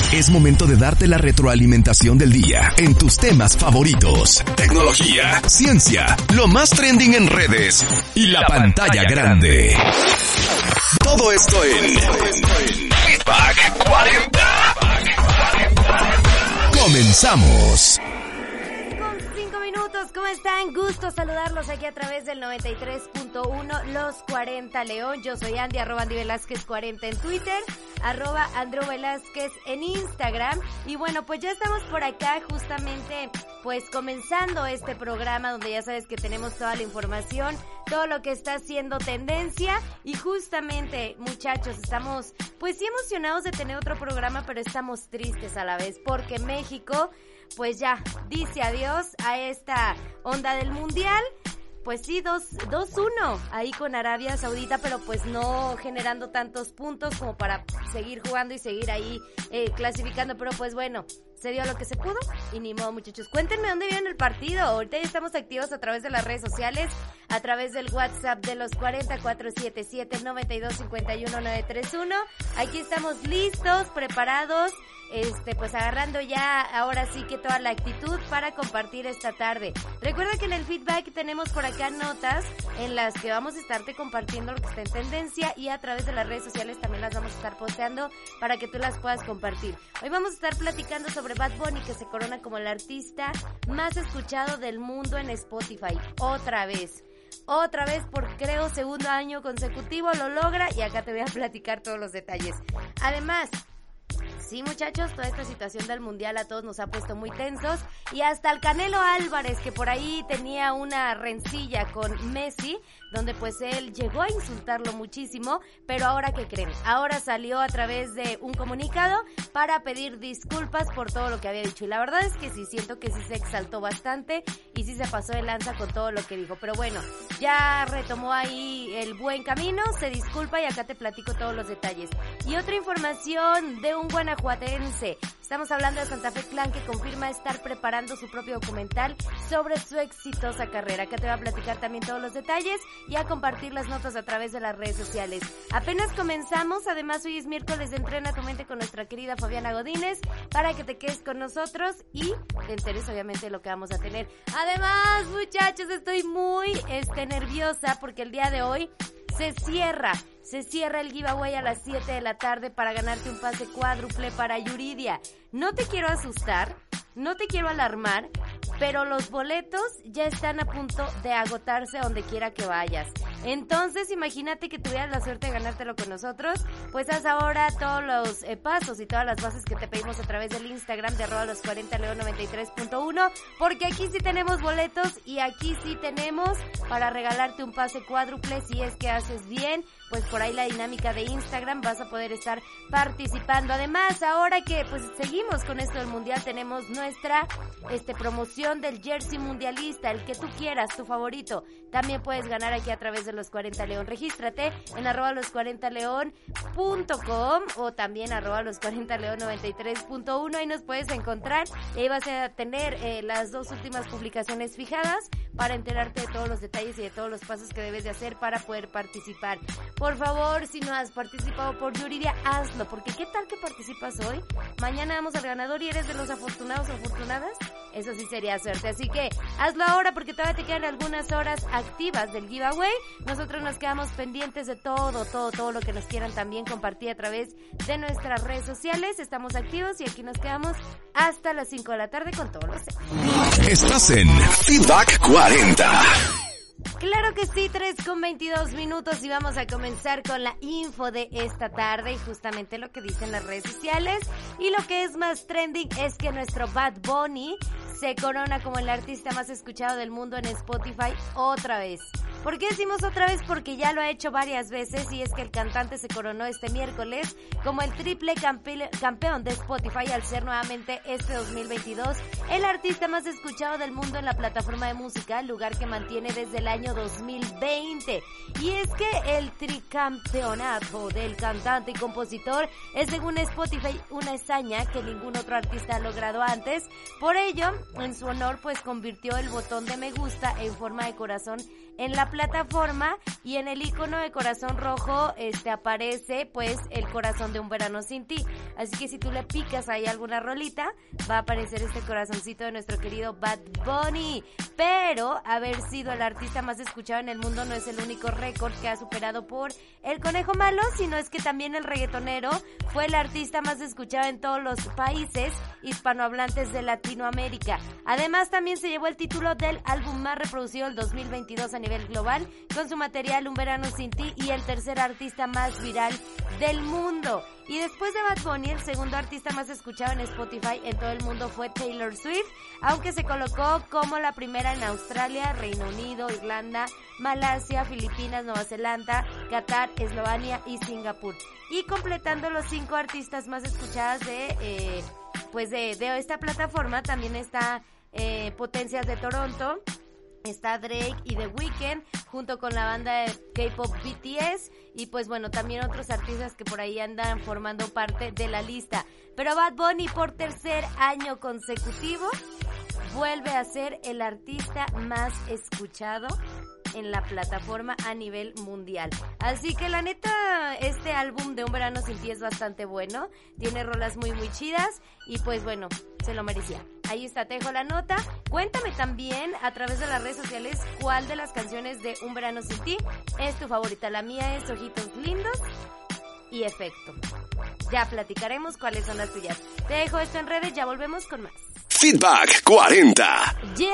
Es momento de darte la retroalimentación del día en tus temas favoritos. Tecnología, ciencia, lo más trending en redes y la pantalla grande. Todo esto en Feedback 40. Comenzamos. ¿Cómo están? Gusto saludarlos aquí a través del 93.1 Los 40 León. Yo soy Andy, @Andy Velázquez 40 en Twitter, @Andrew Velázquez en Instagram. Y bueno, pues ya estamos por acá justamente pues comenzando este programa donde ya sabes que tenemos toda la información, todo lo que está haciendo tendencia. Y justamente, muchachos, estamos pues sí emocionados de tener otro programa, pero estamos tristes a la vez porque México pues ya dice adiós a esta onda del mundial. Pues sí, 2-1 ahí con Arabia Saudita, pero pues no generando tantos puntos como para seguir jugando y seguir ahí clasificando. Pero pues bueno, se dio lo que se pudo y ni modo, muchachos. Cuéntenme dónde vieron el partido. Ahorita ya estamos activos a través de las redes sociales, a través del WhatsApp de los 477-9251-931. Aquí estamos listos, preparados, pues agarrando ya ahora sí que toda la actitud para compartir esta tarde. Recuerda que en el feedback tenemos por acá notas en las que vamos a estarte compartiendo lo que está en tendencia y a través de las redes sociales también las vamos a estar posteando para que tú las puedas compartir. Hoy vamos a estar platicando sobre Bad Bunny, que se corona como el artista más escuchado del mundo en Spotify. Otra vez por creo segundo año consecutivo lo logra y acá te voy a platicar todos los detalles. Además, sí, muchachos, toda esta situación del mundial a todos nos ha puesto muy tensos y hasta el Canelo Álvarez, que por ahí tenía una rencilla con Messi, donde pues él llegó a insultarlo muchísimo, pero ahora ¿qué creen? Ahora salió a través de un comunicado para pedir disculpas por todo lo que había dicho y la verdad es que sí, siento que sí se exaltó bastante y sí se pasó de lanza con todo lo que dijo, pero bueno, ya retomó ahí el buen camino, se disculpa y acá te platico todos los detalles. Y otra información de un guanajuatense. Estamos hablando de Santa Fe Clan, que confirma estar preparando su propio documental sobre su exitosa carrera. Acá te va a platicar también todos los detalles y a compartir las notas a través de las redes sociales. Apenas comenzamos, además hoy es miércoles de Entrena tu Mente con nuestra querida Fabiana Godínez, para que te quedes con nosotros y te enteres obviamente de lo que vamos a tener. Además, muchachos, estoy muy nerviosa porque el día de hoy se cierra el giveaway a las 7 de la tarde para ganarte un pase cuádruple para Yuridia. No te quiero asustar, no te quiero alarmar, pero los boletos ya están a punto de agotarse donde quiera que vayas. Entonces, imagínate que tuvieras la suerte de ganártelo con nosotros, pues haz ahora todos los pasos y todas las bases que te pedimos a través del Instagram de @los40leon93.1, porque aquí sí tenemos boletos y aquí sí tenemos para regalarte un pase cuádruple. Si es que haces bien, pues por ahí la dinámica de Instagram vas a poder estar participando. Además, ahora que pues seguimos con esto del mundial, tenemos nuestra promoción del jersey mundialista, el que tú quieras, tu favorito. También puedes ganar aquí a través de Los 40 León. Regístrate en @los40leon.com o también @los40leon93.1. Ahí nos puedes encontrar y ahí vas a tener las dos últimas publicaciones fijadas para enterarte de todos los detalles y de todos los pasos que debes de hacer para poder participar. Por favor, si no has participado por Yuridia, hazlo, porque ¿qué tal que participas hoy? Mañana damos al ganador y eres de los afortunados o afortunadas. Eso sí sería suerte, así que hazlo ahora porque todavía te quedan algunas horas activas del giveaway. Nosotros nos quedamos pendientes de todo lo que nos quieran también compartir a través de nuestras redes sociales. Estamos activos y aquí nos quedamos hasta las 5 de la tarde con todos los temas. Estás en Feedback 40. Claro que sí, 3:22 y vamos a comenzar con la info de esta tarde y justamente lo que dicen las redes sociales. Y lo que es más trending es que nuestro Bad Bunny se corona como el artista más escuchado del mundo en Spotify otra vez. ¿Por qué decimos otra vez? Porque ya lo ha hecho varias veces y es que el cantante se coronó este miércoles como el triple campeón de Spotify al ser nuevamente este 2022 el artista más escuchado del mundo en la plataforma de música, lugar que mantiene desde el año 2020. Y es que el tricampeonato del cantante y compositor es, según Spotify, una hazaña que ningún otro artista ha logrado antes. Por ello, en su honor, pues convirtió el botón de me gusta en forma de corazón en la plataforma y en el icono de corazón rojo aparece pues el corazón de un verano sin ti. Así que si tú le picas ahí alguna rolita, va a aparecer este corazoncito de nuestro querido Bad Bunny. Pero haber sido el artista más escuchado en el mundo no es el único récord que ha superado por el Conejo Malo, sino es que también el reggaetonero fue el artista más escuchado en todos los países hispanohablantes de Latinoamérica. Además, también se llevó el título del álbum más reproducido del 2022 a nivel global, con su material Un Verano Sin Ti, y el tercer artista más viral del mundo. Y después de Bad Bunny, el segundo artista más escuchado en Spotify en todo el mundo fue Taylor Swift, aunque se colocó como la primera en Australia, Reino Unido, Irlanda, Malasia, Filipinas, Nueva Zelanda, Qatar, Eslovenia y Singapur. Y completando los 5 artistas más escuchadas de esta plataforma, también está Potencias de Toronto, está Drake y The Weeknd, junto con la banda de K-pop BTS, y pues bueno, también otros artistas que por ahí andan formando parte de la lista. Pero Bad Bunny, por tercer año consecutivo, vuelve a ser el artista más escuchado en la plataforma a nivel mundial. Así que la neta, este álbum de Un Verano Sin Ti es bastante bueno, tiene rolas muy muy chidas, y pues bueno, se lo merecía. Ahí está, te dejo la nota. Cuéntame también a través de las redes sociales cuál de las canciones de Un Verano Sin Ti es tu favorita. La mía es Ojitos Lindos y Efecto. Ya platicaremos cuáles son las tuyas. Te dejo esto en redes, ya volvemos con más. Feedback 40.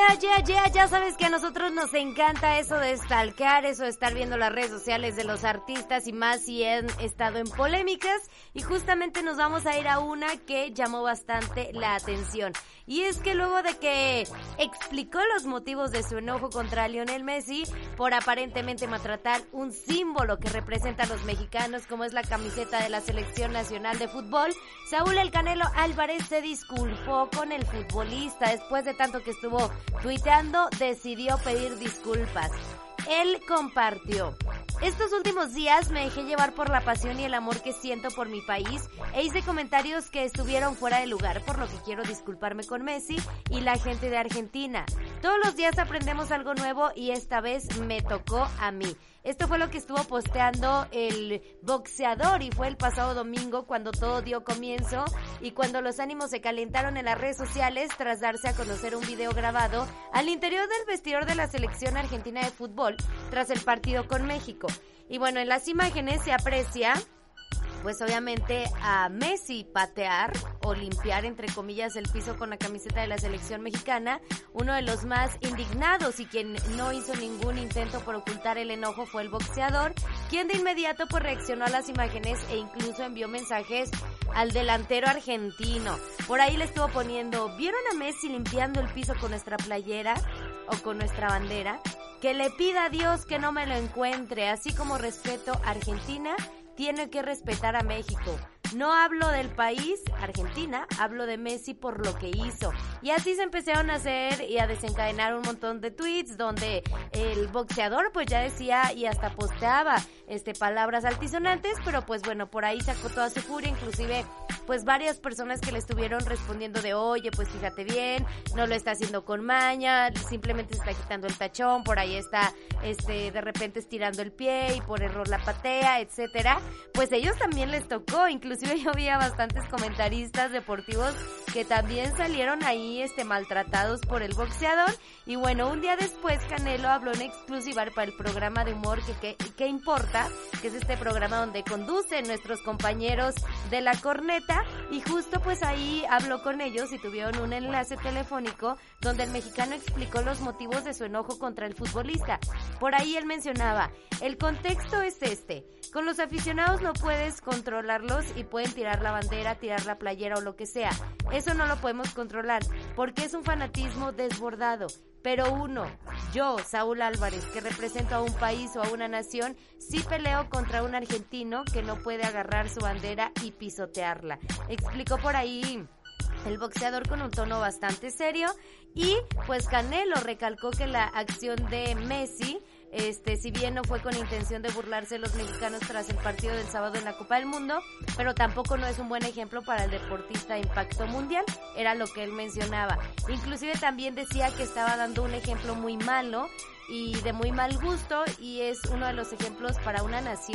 Ya sabes que a nosotros nos encanta eso de stalkear, eso de estar viendo las redes sociales de los artistas, y más si han estado en polémicas, y justamente nos vamos a ir a una que llamó bastante la atención. Y es que luego de que explicó los motivos de su enojo contra Lionel Messi por aparentemente maltratar un símbolo que representa a los mexicanos, como es la camiseta de la Selección Nacional de Fútbol, Saúl El Canelo Álvarez se disculpó con el futbolista. Después de tanto que estuvo tuiteando, decidió pedir disculpas. Él compartió: estos últimos días me dejé llevar por la pasión y el amor que siento por mi país e hice comentarios que estuvieron fuera de lugar, por lo que quiero disculparme con Messi y la gente de Argentina. Todos los días aprendemos algo nuevo y esta vez me tocó a mí. Esto fue lo que estuvo posteando el boxeador, y fue el pasado domingo cuando todo dio comienzo y cuando los ánimos se calentaron en las redes sociales tras darse a conocer un video grabado al interior del vestidor de la selección argentina de fútbol tras el partido con México. Y bueno, en las imágenes se aprecia pues obviamente a Messi patear o limpiar entre comillas el piso con la camiseta de la selección mexicana. Uno de los más indignados y quien no hizo ningún intento por ocultar el enojo fue el boxeador, quien de inmediato pues reaccionó a las imágenes e incluso envió mensajes al delantero argentino. Por ahí le estuvo poniendo: ¿vieron a Messi limpiando el piso con nuestra playera o con nuestra bandera? Que le pida a Dios que no me lo encuentre, así como respeto a Argentina, tiene que respetar a México. No hablo del país, Argentina, hablo de Messi por lo que hizo. Y así se empezaron a hacer y a desencadenar un montón de tweets donde el boxeador pues ya decía y hasta posteaba palabras altisonantes, pero pues bueno, por ahí sacó toda su furia, inclusive pues varias personas que le estuvieron respondiendo de: oye, pues fíjate bien, no lo está haciendo con maña, simplemente se está quitando el tachón, por ahí está de repente estirando el pie y por error la patea, etcétera. Pues ellos también les tocó, inclusive yo vi a bastantes comentaristas deportivos que también salieron ahí maltratados por el boxeador. Y bueno, un día después Canelo habló en exclusiva para el programa de humor que importa, que es este programa donde conducen nuestros compañeros de La Corneta, y justo pues ahí habló con ellos y tuvieron un enlace telefónico donde el mexicano explicó los motivos de su enojo contra el futbolista. Por ahí él mencionaba: el contexto es con los aficionados no puedes controlarlos y pueden tirar la bandera, tirar la playera o lo que sea. Eso no lo podemos controlar porque es un fanatismo desbordado. Pero yo, Saúl Álvarez, que represento a un país o a una nación, sí peleo contra un argentino que no puede agarrar su bandera y pisotearla. Explicó por ahí el boxeador con un tono bastante serio, y pues Canelo recalcó que la acción de Messi, si bien no fue con intención de burlarse de los mexicanos tras el partido del sábado en la Copa del Mundo, pero tampoco no es un buen ejemplo para el deportista de impacto mundial, era lo que él mencionaba. Inclusive también decía que estaba dando un ejemplo muy malo y de muy mal gusto, y es uno de los ejemplos para una nación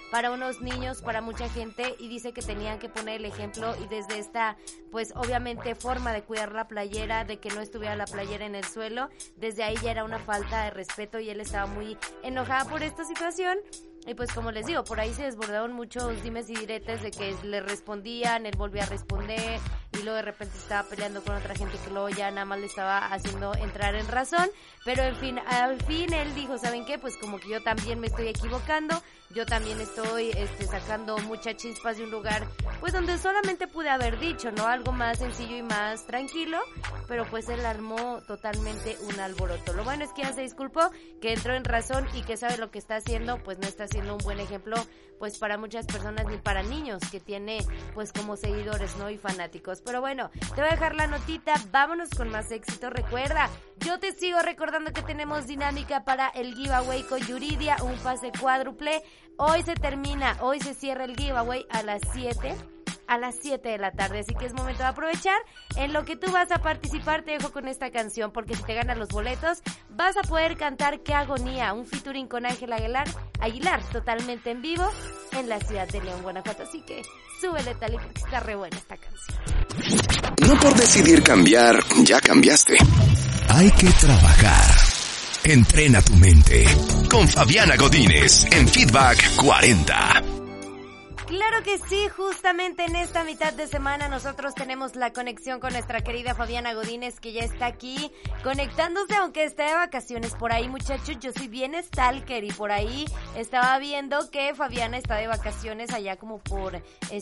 para unos niños, para mucha gente, y dice que tenían que poner el ejemplo, y desde esta, pues obviamente forma de cuidar la playera, de que no estuviera la playera en el suelo, desde ahí ya era una falta de respeto y él estaba muy enojado por esta situación. Y pues como les digo, por ahí se desbordaron muchos dimes y diretes de que le respondían, él volvía a responder y luego de repente estaba peleando con otra gente que luego ya nada más le estaba haciendo entrar en razón. Pero en fin, al fin él dijo, ¿saben qué? Pues como que yo también me estoy equivocando, yo también estoy sacando muchas chispas de un lugar pues donde solamente pude haber dicho, ¿no? Algo más sencillo y más tranquilo, pero pues él armó totalmente un alboroto. Lo bueno es que ya se disculpó, que entró en razón y que sabe lo que está haciendo, pues no está haciendo un buen ejemplo pues para muchas personas ni para niños que tiene pues como seguidores, ¿no? Y fanáticos. Pero bueno, te voy a dejar la notita, vámonos con más éxito. Recuerda, yo te sigo recordando que tenemos dinámica para el giveaway con Yuridia, un pase cuádruple. Hoy se termina, hoy se cierra el giveaway a las 7 de la tarde, así que es momento de aprovechar. En lo que tú vas a participar, te dejo con esta canción, porque si te ganas los boletos, vas a poder cantar Qué Agonía, un featuring con Ángel Aguilar, totalmente en vivo, en la ciudad de León, Guanajuato, así que súbele, Tali, porque está re buena esta canción. No por decidir cambiar, ya cambiaste. Hay que trabajar. Entrena tu mente. Con Fabiana Godínez, en Feedback 40. Claro que sí, justamente en esta mitad de semana nosotros tenemos la conexión con nuestra querida Fabiana Godínez, que ya está aquí conectándose, aunque esté de vacaciones. Por ahí, muchachos, yo soy bien stalker y por ahí estaba viendo que Fabiana está de vacaciones allá como por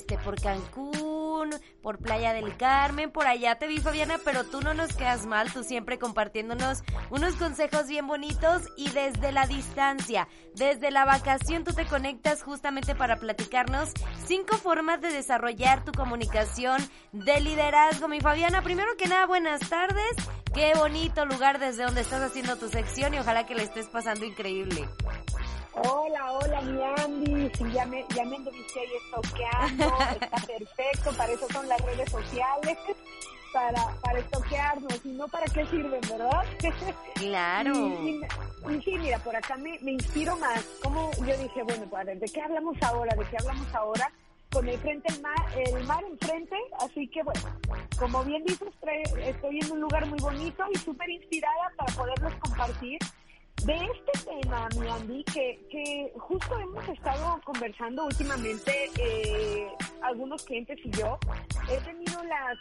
Cancún, por Playa del Carmen, por allá te vi, Fabiana, pero tú no nos quedas mal, tú siempre compartiéndonos unos consejos bien bonitos y desde la distancia, desde la vacación tú te conectas justamente para platicarnos 5 formas de desarrollar tu comunicación de liderazgo. Mi Fabiana, primero que nada, buenas tardes. Qué bonito lugar desde donde estás haciendo tu sección y ojalá que le estés pasando increíble. Hola, mi Andy. Sí, ya me anduviste ahí estoqueando. Está perfecto, para eso son las redes sociales. Para estoquearnos, y no para qué sirven, ¿verdad? Claro. Y sí, mira, por acá me inspiro más. Como yo dije, bueno, pues, ¿de qué hablamos ahora? Con el mar enfrente, así que bueno, como bien dices, estoy en un lugar muy bonito y súper inspirada para poderlos compartir de este tema, mi Andy, que justo hemos estado conversando últimamente, algunos clientes y yo. He tenido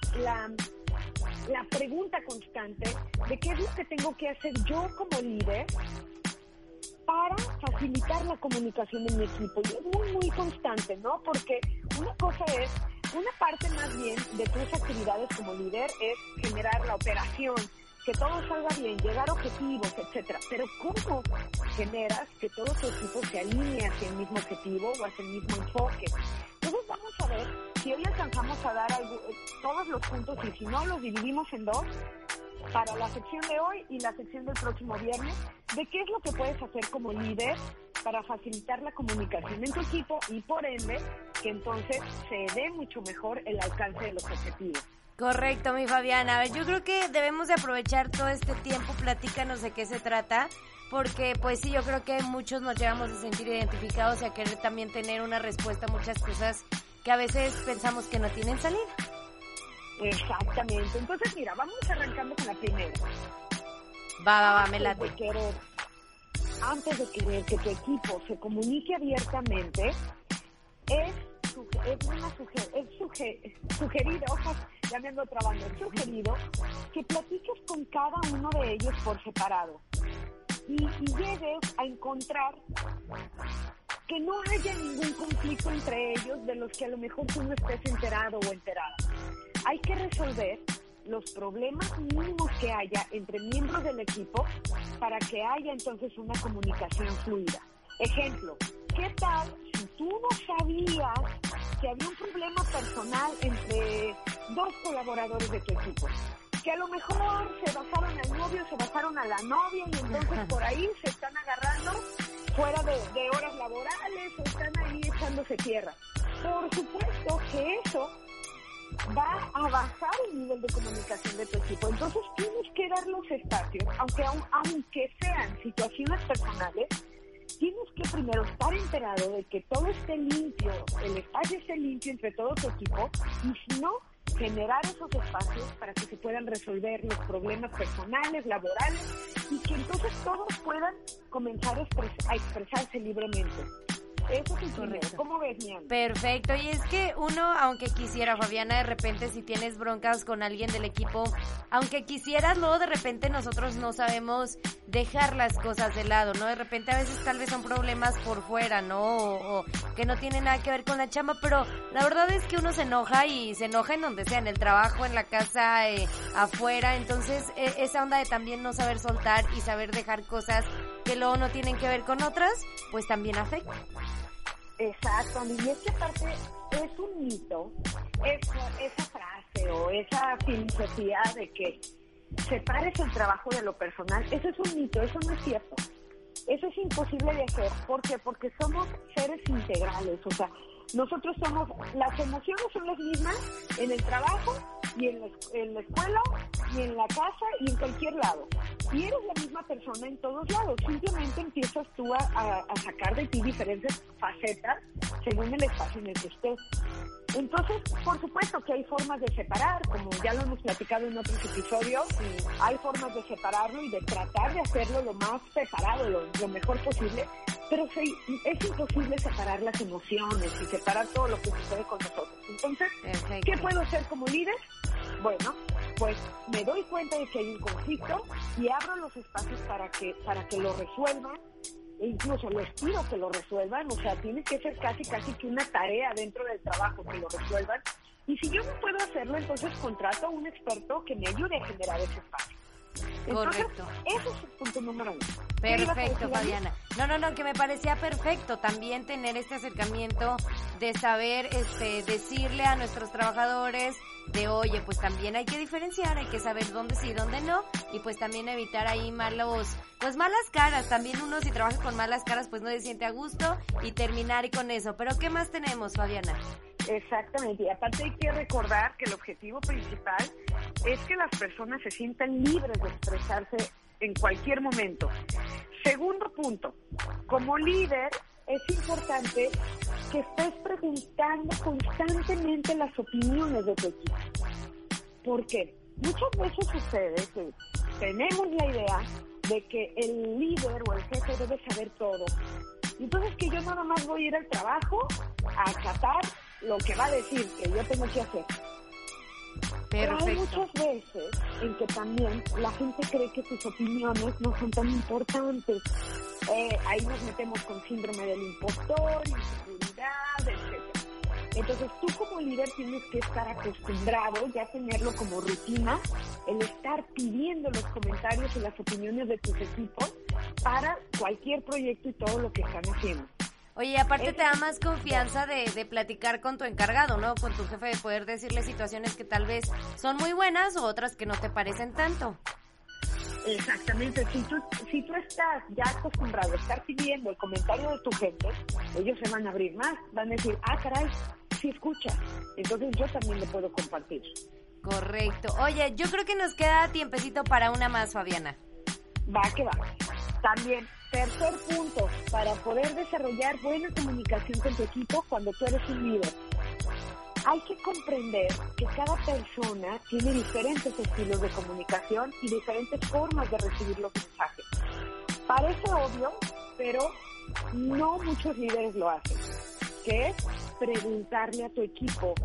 la pregunta constante de qué es lo que tengo que hacer yo como líder para facilitar la comunicación de mi equipo. Y es muy, muy constante, ¿no? Porque una parte más bien de tus actividades como líder es generar la operación, que todo salga bien, llegar a objetivos, etcétera. Pero ¿cómo generas que todo tu equipo se alinee hacia el mismo objetivo o hacia el mismo enfoque? Entonces vamos a ver si hoy alcanzamos a dar todos los puntos, y si no, los dividimos en 2 para la sección de hoy y la sección del próximo viernes, de qué es lo que puedes hacer como líder para facilitar la comunicación en tu equipo y por ende que entonces se dé mucho mejor el alcance de los objetivos. Correcto, mi Fabiana. A ver, yo creo que debemos de aprovechar todo este tiempo, platícanos de qué se trata, porque pues sí, yo creo que muchos nos llegamos a sentir identificados y a querer también tener una respuesta a muchas cosas que a veces pensamos que no tienen salida. Exactamente. Entonces, mira, vamos arrancando con la primera. Va, me late. Antes de querer que tu equipo se comunique abiertamente, es sugerido, ya me ando trabando, es sugerido que platiques con cada uno de ellos por separado y llegues a encontrar que no haya ningún conflicto entre ellos de los que a lo mejor tú no estés enterado o enterada. Hay que resolver los problemas mínimos que haya entre miembros del equipo para que haya entonces una comunicación fluida. Ejemplo, ¿qué tal si tú no sabías que había un problema personal entre 2 colaboradores de tu equipo? Que a lo mejor se bajaron al novio, se bajaron a la novia y entonces por ahí se están agarrando fuera de horas laborales o están ahí echándose tierra. Por supuesto que eso va a bajar el nivel de comunicación de tu equipo. Entonces tienes que dar los espacios, aunque sean situaciones personales, tienes que primero estar enterado de que todo esté limpio, el espacio esté limpio entre todo tu equipo, y si no, generar esos espacios para que se puedan resolver los problemas personales, laborales, y que entonces todos puedan comenzar a expresarse libremente. Eso es correcto. ¿Cómo ves, Mian? Perfecto, y es que uno, aunque quisiera, Fabiana, de repente si tienes broncas con alguien del equipo, aunque quisieras, luego de repente nosotros no sabemos dejar las cosas de lado, ¿no? De repente a veces tal vez son problemas por fuera, ¿no? O que no tienen nada que ver con la chamba, pero la verdad es que uno se enoja y se enoja en donde sea, en el trabajo, en la casa, afuera, entonces esa onda de también no saber soltar y saber dejar cosas que luego no tienen que ver con otras, pues también afecta. Exacto, y es que aparte es un mito esa frase o esa filosofía de que separes el trabajo de lo personal. Eso es un mito, eso no es cierto. Eso es imposible de hacer. ¿Por qué? Porque somos seres integrales, o sea, nosotros somos, las emociones son las mismas en el trabajo y en la escuela y en la casa y en cualquier lado. Y eres la misma persona en todos lados. Simplemente empiezas tú a sacar de ti diferentes facetas según el espacio en el que estés. Entonces, por supuesto que hay formas de separar, como ya lo hemos platicado en otros episodios, hay formas de separarlo y de tratar de hacerlo lo más separado, lo mejor posible, pero es imposible separar las emociones y separar todo lo que sucede con nosotros. Entonces, perfecto. ¿Qué puedo hacer como líder? Bueno, pues me doy cuenta de que hay un conflicto y abro los espacios para que lo resuelvan, e incluso les pido que lo resuelvan, o sea, tiene que ser casi que una tarea dentro del trabajo que lo resuelvan, y si yo no puedo hacerlo, entonces contrato a un experto que me ayude a generar ese espacio. Entonces, correcto. Ese es el punto número 1. Perfecto, Fabiana. No, que me parecía perfecto también tener este acercamiento de saber decirle a nuestros trabajadores de, oye, pues también hay que diferenciar, hay que saber dónde sí y dónde no, y pues también evitar ahí malas caras. También uno, si trabaja con malas caras, pues no se siente a gusto, y terminar con eso. Pero ¿qué más tenemos, Fabiana? Exactamente, y aparte hay que recordar que el objetivo principal es que las personas se sientan libres de expresarse en cualquier momento. Segundo punto, como líder es importante que estés preguntando constantemente las opiniones de tu equipo. ¿Por qué? Muchas veces sucede que tenemos la idea de que el líder o el jefe debe saber todo. Entonces que yo nada más voy a ir al trabajo a acatar lo que va a decir que yo tengo que hacer. Pero hay muchas veces en que también la gente cree que sus opiniones no son tan importantes. Ahí nos metemos con síndrome del impostor, inseguridad, etc. Entonces tú como líder tienes que estar acostumbrado, ya tenerlo como rutina, el estar pidiendo los comentarios y las opiniones de tus equipos para cualquier proyecto y todo lo que están haciendo. Oye, aparte te da más confianza de platicar con tu encargado, ¿no? Con tu jefe, de poder decirle situaciones que tal vez son muy buenas o otras que no te parecen tanto. Exactamente, si tú estás ya acostumbrado a estar pidiendo el comentario de tu gente, ellos se van a abrir más, van a decir, caray, sí escucha, entonces yo también le puedo compartir. Correcto. Oye, yo creo que nos queda tiempecito para una más, Fabiana. Va que va. También, tercer punto, para poder desarrollar buena comunicación con tu equipo cuando tú eres un líder. Hay que comprender que cada persona tiene diferentes estilos de comunicación y diferentes formas de recibir los mensajes. Parece obvio, pero no muchos líderes lo hacen, que es preguntarle a tu equipo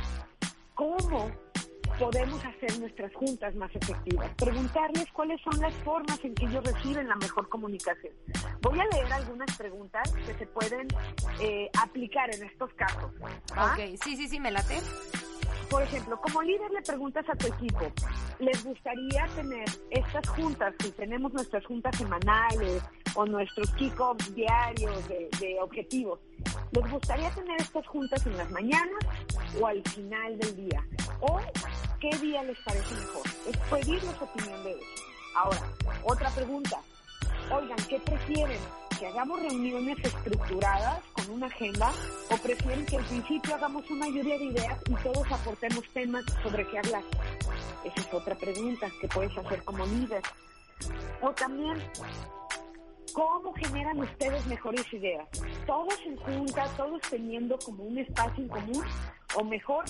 cómo podemos hacer nuestras juntas más efectivas. Preguntarles cuáles son las formas en que ellos reciben la mejor comunicación. Voy a leer algunas preguntas que se pueden aplicar en estos casos. ¿Va? Ok, sí, me late. Por ejemplo, como líder le preguntas a tu equipo, ¿les gustaría tener estas juntas, si tenemos nuestras juntas semanales o nuestros kick-offs diarios de objetivos? ¿Les gustaría tener estas juntas en las mañanas o al final del día? ¿O qué día les parece mejor? Es pedirles opinión de ellos. Ahora, otra pregunta. Oigan, ¿qué prefieren? ¿Que hagamos reuniones estructuradas con una agenda o prefieren que al principio hagamos una lluvia de ideas y todos aportemos temas sobre qué hablar? Esa es otra pregunta que puedes hacer como líder. O también, ¿Cómo generan ustedes mejores ideas? ¿Todos en junta, todos teniendo como un espacio en común? O mejor,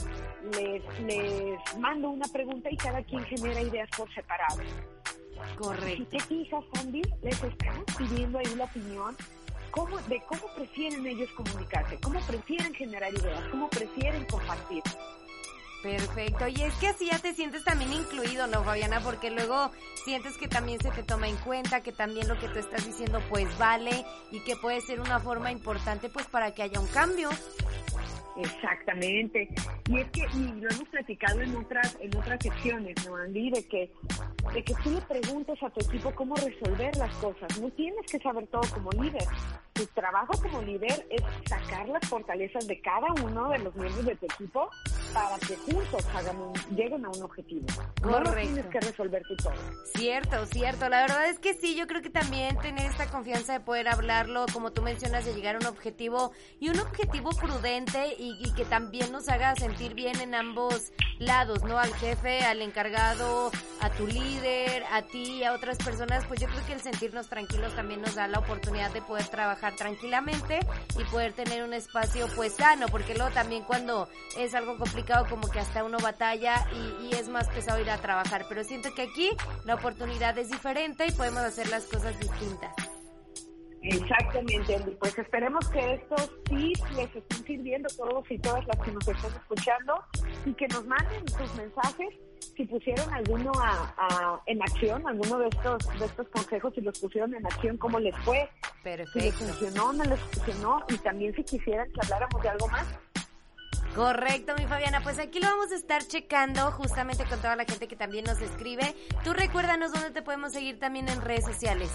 les mando una pregunta y cada quien genera ideas por separado. Correcto. Si te fijas, Andy, les estamos pidiendo ahí la opinión de cómo prefieren ellos comunicarse, cómo prefieren generar ideas, cómo prefieren compartir. Perfecto, y es que así ya te sientes también incluido, ¿no, Fabiana? Porque luego sientes que también se te toma en cuenta, que también lo que tú estás diciendo pues vale y que puede ser una forma importante pues para que haya un cambio. Exactamente, y es que lo hemos platicado en otras secciones, ¿no, Andy? De que tú le preguntes a tu equipo cómo resolver las cosas. No tienes que saber todo como líder. Tu trabajo como líder es sacar las fortalezas de cada uno de los miembros de tu equipo para que juntos lleguen a un objetivo. Correcto. No lo tienes que resolver tú todo. Cierto. La verdad es que sí, yo creo que también tener esta confianza de poder hablarlo, como tú mencionas, de llegar a un objetivo y un objetivo prudente y que también nos haga sentir bien en ambos lados, ¿no? Al jefe, al encargado, a tu líder, a ti y a otras personas, pues yo creo que el sentirnos tranquilos también nos da la oportunidad de poder trabajar tranquilamente y poder tener un espacio pues sano, porque luego también cuando es algo complicado como que hasta uno batalla y es más pesado ir a trabajar, pero siento que aquí la oportunidad es diferente y podemos hacer las cosas distintas. Exactamente, Andy. Pues esperemos que estos tips les estén sirviendo a todos y todas las que nos están escuchando y que nos manden sus mensajes si pusieron alguno en acción, alguno de estos consejos, si los pusieron en acción, cómo les fue. Perfecto. Si les funcionó, no les funcionó, y también si quisieran que habláramos de algo más. Correcto, mi Fabiana, pues aquí lo vamos a estar checando justamente con toda la gente que también nos escribe. Tú recuérdanos dónde te podemos seguir también en redes sociales.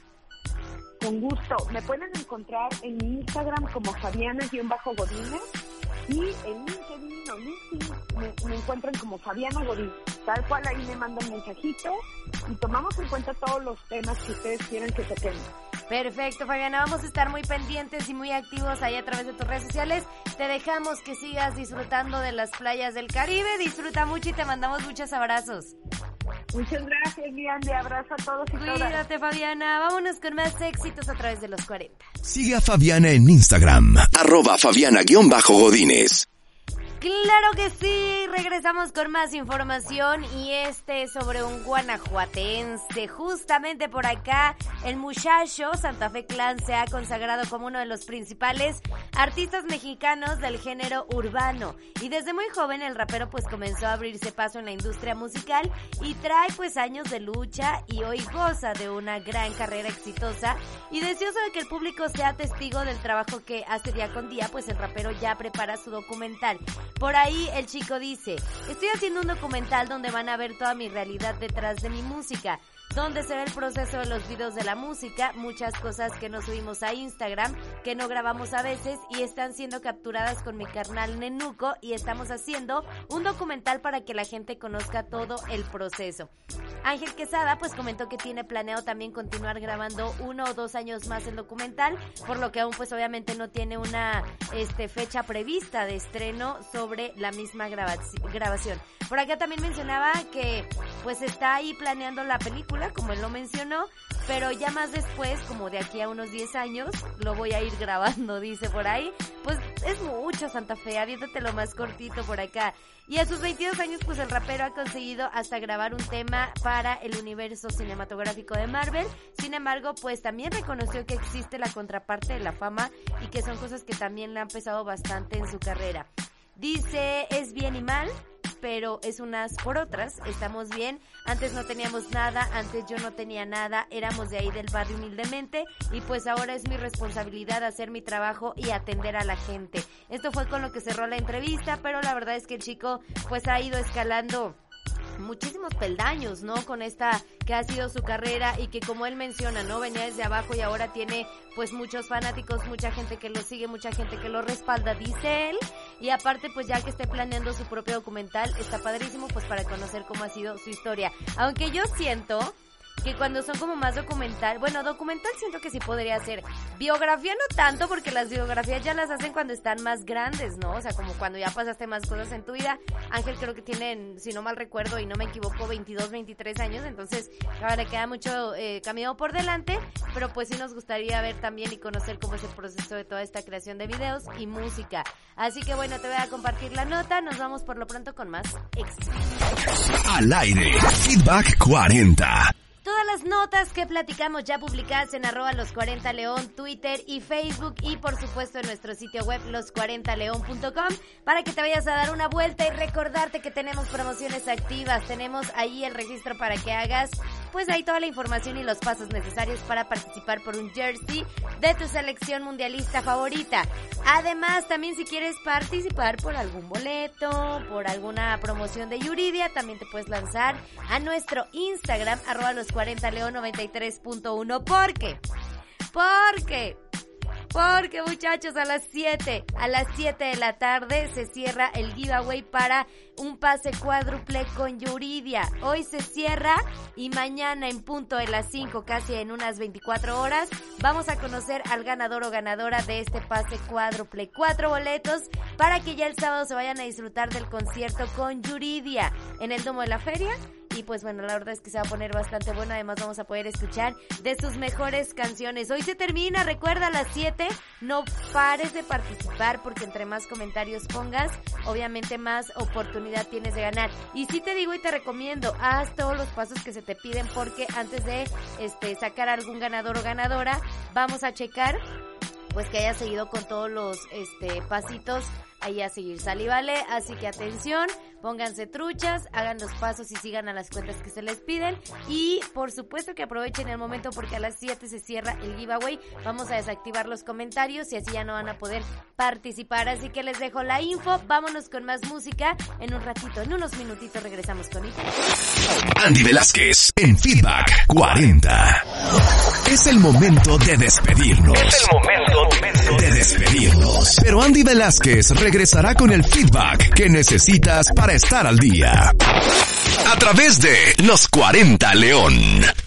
Con gusto. Me pueden encontrar en mi Instagram como Fabiana-Godínez y en LinkedIn o LinkedIn me encuentran como Fabiana Godínez. Tal cual ahí me mandan mensajito y tomamos en cuenta todos los temas que ustedes quieran que toquemos. Perfecto, Fabiana, vamos a estar muy pendientes y muy activos ahí a través de tus redes sociales. Te dejamos que sigas disfrutando de las playas del Caribe. Disfruta mucho y te mandamos muchos abrazos. Muchas gracias, mi Andy. Abrazo a todos y todas. Cuídate, Fabiana. Vámonos con más éxitos a través de los 40. Sigue a Fabiana en Instagram, @Fabiana_Godínez. Claro que sí, regresamos con más información y este es sobre un guanajuatense. Justamente por acá, el muchacho Santa Fe Clan se ha consagrado como uno de los principales artistas mexicanos del género urbano. Y desde muy joven el rapero pues comenzó a abrirse paso en la industria musical y trae pues años de lucha y hoy goza de una gran carrera exitosa. Y deseoso de que el público sea testigo del trabajo que hace día con día, pues el rapero ya prepara su documental. Por ahí el chico dice: estoy haciendo un documental donde van a ver toda mi realidad detrás de mi música, donde se ve el proceso de los videos de la música, muchas cosas que no subimos a Instagram, que no grabamos a veces y están siendo capturadas con mi carnal Nenuco y estamos haciendo un documental para que la gente conozca todo el proceso. Ángel Quesada pues comentó que tiene planeado también continuar grabando 1 o 2 años más el documental, por lo que aún pues obviamente no tiene una fecha prevista de estreno sobre la misma grabación. Por acá también mencionaba que pues está ahí planeando la película, como él lo mencionó, pero ya más después, como de aquí a unos 10 años, lo voy a ir grabando, dice por ahí. Pues es mucho, Santa Fe, aviéntate lo más cortito por acá. Y a sus 22 años, pues el rapero ha conseguido hasta grabar un tema para el universo cinematográfico de Marvel. Sin embargo, pues también reconoció que existe la contraparte de la fama y que son cosas que también le han pesado bastante en su carrera. Dice, es bien y mal, pero es unas por otras, estamos bien, antes no teníamos nada, antes yo no tenía nada, éramos de ahí del barrio humildemente y pues ahora es mi responsabilidad hacer mi trabajo y atender a la gente. Esto fue con lo que cerró la entrevista, pero la verdad es que el chico pues ha ido escalando muchísimos peldaños, ¿no? Con esta que ha sido su carrera y que como él menciona, ¿no? Venía desde abajo y ahora tiene pues muchos fanáticos, mucha gente que lo sigue, mucha gente que lo respalda, dice él. Y aparte pues ya que esté planeando su propio documental, está padrísimo pues para conocer cómo ha sido su historia. Aunque yo siento que cuando son como más documental, bueno, documental siento que sí podría ser. Biografía no tanto, porque las biografías ya las hacen cuando están más grandes, ¿no? O sea, como cuando ya pasaste más cosas en tu vida. Ángel creo que tienen, si no mal recuerdo y no me equivoco, 22, 23 años, entonces ahora le queda mucho camino por delante, pero pues sí nos gustaría ver también y conocer cómo es el proceso de toda esta creación de videos y música. Así que bueno, te voy a compartir la nota, nos vamos por lo pronto con más éxito. Al aire, Feedback 40. Todas las notas que platicamos ya publicadas en @los40león, Twitter y Facebook, y por supuesto en nuestro sitio web los40leon.com, para que te vayas a dar una vuelta y recordarte que tenemos promociones activas. Tenemos ahí el registro para que hagas pues ahí toda la información y los pasos necesarios para participar por un jersey de tu selección mundialista favorita. Además, también si quieres participar por algún boleto, por alguna promoción de Yuridia, también te puedes lanzar a nuestro Instagram @los40leon93.1. ¿Por qué? Porque muchachos, a las 7 de la tarde se cierra el giveaway para un pase cuádruple con Yuridia. Hoy se cierra y mañana en punto de las 5, casi en unas 24 horas, vamos a conocer al ganador o ganadora de este pase cuádruple. 4 boletos para que ya el sábado se vayan a disfrutar del concierto con Yuridia en el Domo de la Feria. Y pues bueno, la verdad es que se va a poner bastante bueno. Además vamos a poder escuchar de sus mejores canciones. Hoy se termina, recuerda, a las 7. No pares de participar, porque entre más comentarios pongas, obviamente más oportunidad tienes de ganar. Y sí te digo y te recomiendo, haz todos los pasos que se te piden, porque antes de sacar algún ganador o ganadora, vamos a checar pues que haya seguido con todos los pasitos ahí a seguir, ¿sale? Vale, así que atención, pónganse truchas, hagan los pasos y sigan a las cuentas que se les piden, y por supuesto que aprovechen el momento, porque a las 7 se cierra el giveaway. Vamos a desactivar los comentarios y así ya no van a poder participar, así que les dejo la info. Vámonos con más música en un ratito, en unos minutitos regresamos con ella. Andy Velázquez en Feedback 40. Es el momento de despedirnos. Pero Andy Velázquez regresará con el feedback que necesitas para estar al día. A través de Los 40 León.